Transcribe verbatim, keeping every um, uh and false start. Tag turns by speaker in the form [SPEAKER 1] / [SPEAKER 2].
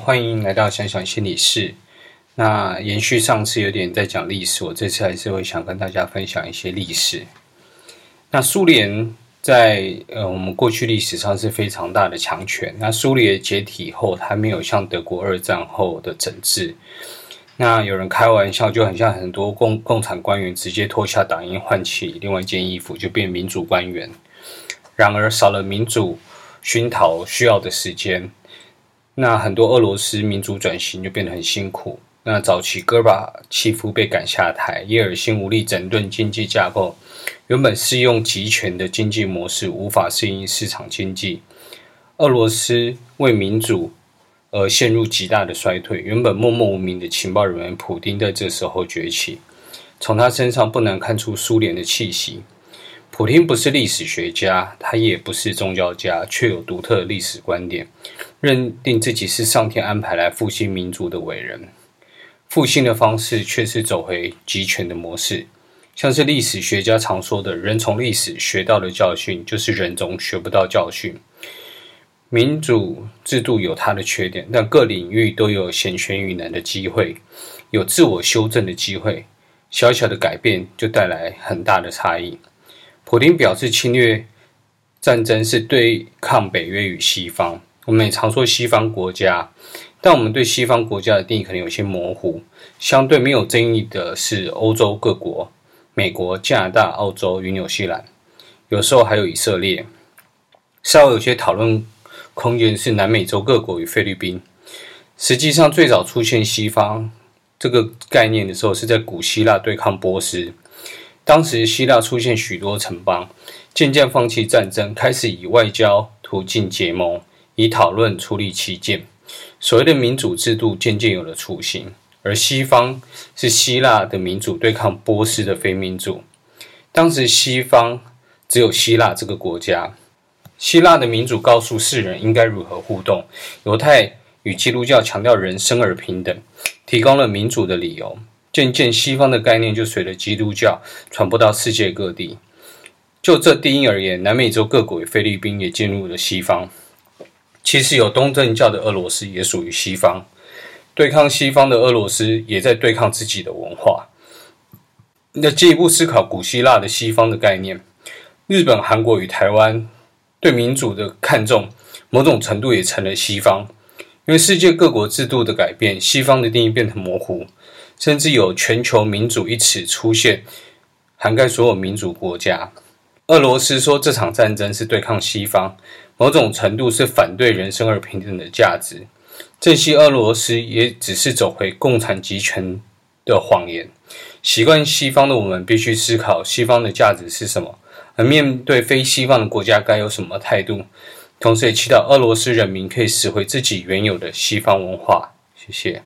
[SPEAKER 1] 欢迎来到想想心理室。那延续上次有点在讲历史，我这次还是会想跟大家分享一些历史。那苏联在呃我们过去历史上是非常大的强权。那苏联解体后，它没有像德国二战后的整治。那有人开玩笑，就很像很多共共产官员直接脱下党衣，换起另外一件衣服，就变民主官员。然而少了民主熏陶需要的时间，那很多俄罗斯民主转型就变得很辛苦。那早期戈尔巴契夫被赶下台，叶尔辛无力整顿经济架构，原本适用集权的经济模式无法适应市场经济，俄罗斯为民主而陷入极大的衰退。原本默默无名的情报人员普丁在这时候崛起，从他身上不难看出苏联的气息。普丁不是历史学家，他也不是宗教家，却有独特的历史观点，认定自己是上天安排来复兴民主的伟人。复兴的方式却是走回集权的模式，像是历史学家常说的，人从历史学到的教训，就是人总学不到教训。民主制度有它的缺点，但各领域都有显学于能的机会，有自我修正的机会，小小的改变就带来很大的差异。普丁表示，侵略战争是对抗北约与西方。我们也常说西方国家，但我们对西方国家的定义可能有些模糊。相对没有争议的是欧洲各国，美国、加拿大、澳洲与纽西兰，有时候还有以色列。稍微有些讨论空间是南美洲各国与菲律宾。实际上最早出现西方这个概念的时候，是在古希腊对抗波斯。当时希腊出现许多城邦，渐渐放弃战争，开始以外交途径结盟，以讨论处理旗舰。所谓的民主制度渐渐有了雏形，而西方是希腊的民主对抗波斯的非民主。当时西方只有希腊这个国家，希腊的民主告诉世人应该如何互动，犹太与基督教强调人生而平等，提供了民主的理由。渐渐西方的概念就随着基督教传播到世界各地。就这定义而言，南美洲各国与菲律宾也进入了西方。其实有东正教的俄罗斯也属于西方，对抗西方的俄罗斯也在对抗自己的文化。那进一步思考古希腊的西方的概念，日本、韩国与台湾对民主的看重，某种程度也成了西方。因为世界各国制度的改变，西方的定义变得模糊，甚至有全球民主一词出现，涵盖所有民主国家。俄罗斯说这场战争是对抗西方，某种程度是反对人生而平等的价值。正西俄罗斯也只是走回共产集权的谎言。习惯西方的我们必须思考西方的价值是什么，而面对非西方的国家该有什么态度。同时也祈祷俄罗斯人民可以拾回自己原有的西方文化。谢谢。